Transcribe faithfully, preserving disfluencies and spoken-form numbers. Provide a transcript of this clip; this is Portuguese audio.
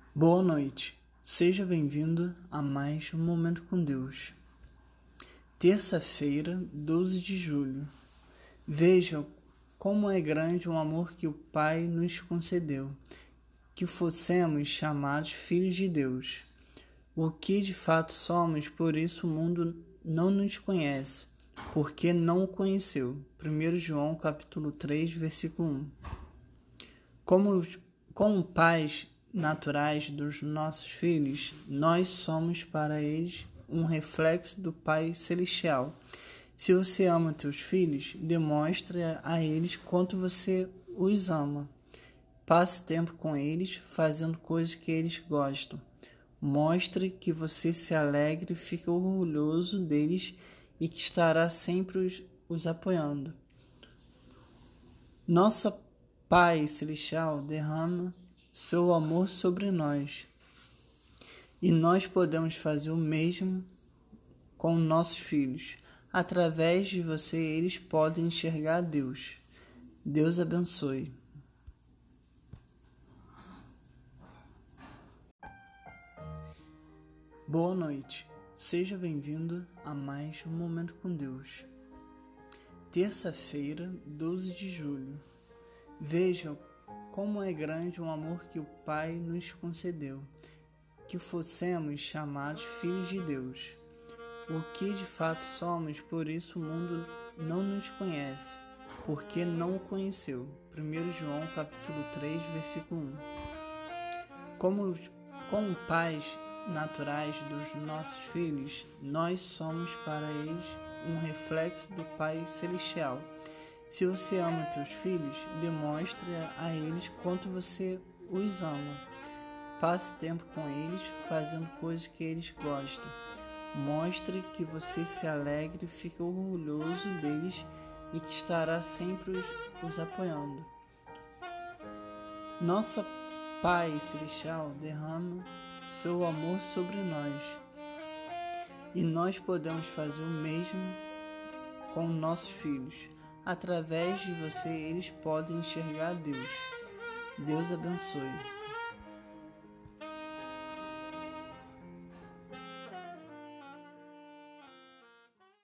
Boa noite, seja bem-vindo a mais um Momento com Deus. Terça-feira, doze de julho. Veja como é grande o amor que o Pai nos concedeu, que fossemos chamados filhos de Deus. O que de fato somos, por isso o mundo não nos conhece, porque não o conheceu. primeiro João capítulo três, versículo um. Como, como pais naturais dos nossos filhos, nós somos para eles um reflexo do Pai Celestial. Se você ama teus filhos, demonstre a eles quanto você os ama. Passe tempo com eles, fazendo coisas que eles gostam. Mostre que você se alegra e fica orgulhoso deles e que estará sempre os, os apoiando. Nossa Pai Celestial derrama seu amor sobre nós, e nós podemos fazer o mesmo com nossos filhos. Através de você, eles podem enxergar Deus. Deus abençoe. Boa noite, seja bem-vindo a mais um Momento com Deus. Terça-feira, doze de julho. Veja como é grande o amor que o Pai nos concedeu, que fossemos chamados filhos de Deus. O que de fato somos, por isso o mundo não nos conhece, porque não o conheceu. primeiro João capítulo três, versículo um. Como, como pais naturais dos nossos filhos, nós somos para eles um reflexo do Pai Celestial. Se você ama teus filhos, demonstre a eles quanto você os ama. Passe tempo com eles, fazendo coisas que eles gostam. Mostre que você se alegra e fica orgulhoso deles e que estará sempre os, os apoiando. Nossa Pai Celestial derrama seu amor sobre nós, e nós podemos fazer o mesmo com nossos filhos. Através de você, eles podem enxergar Deus. Deus abençoe.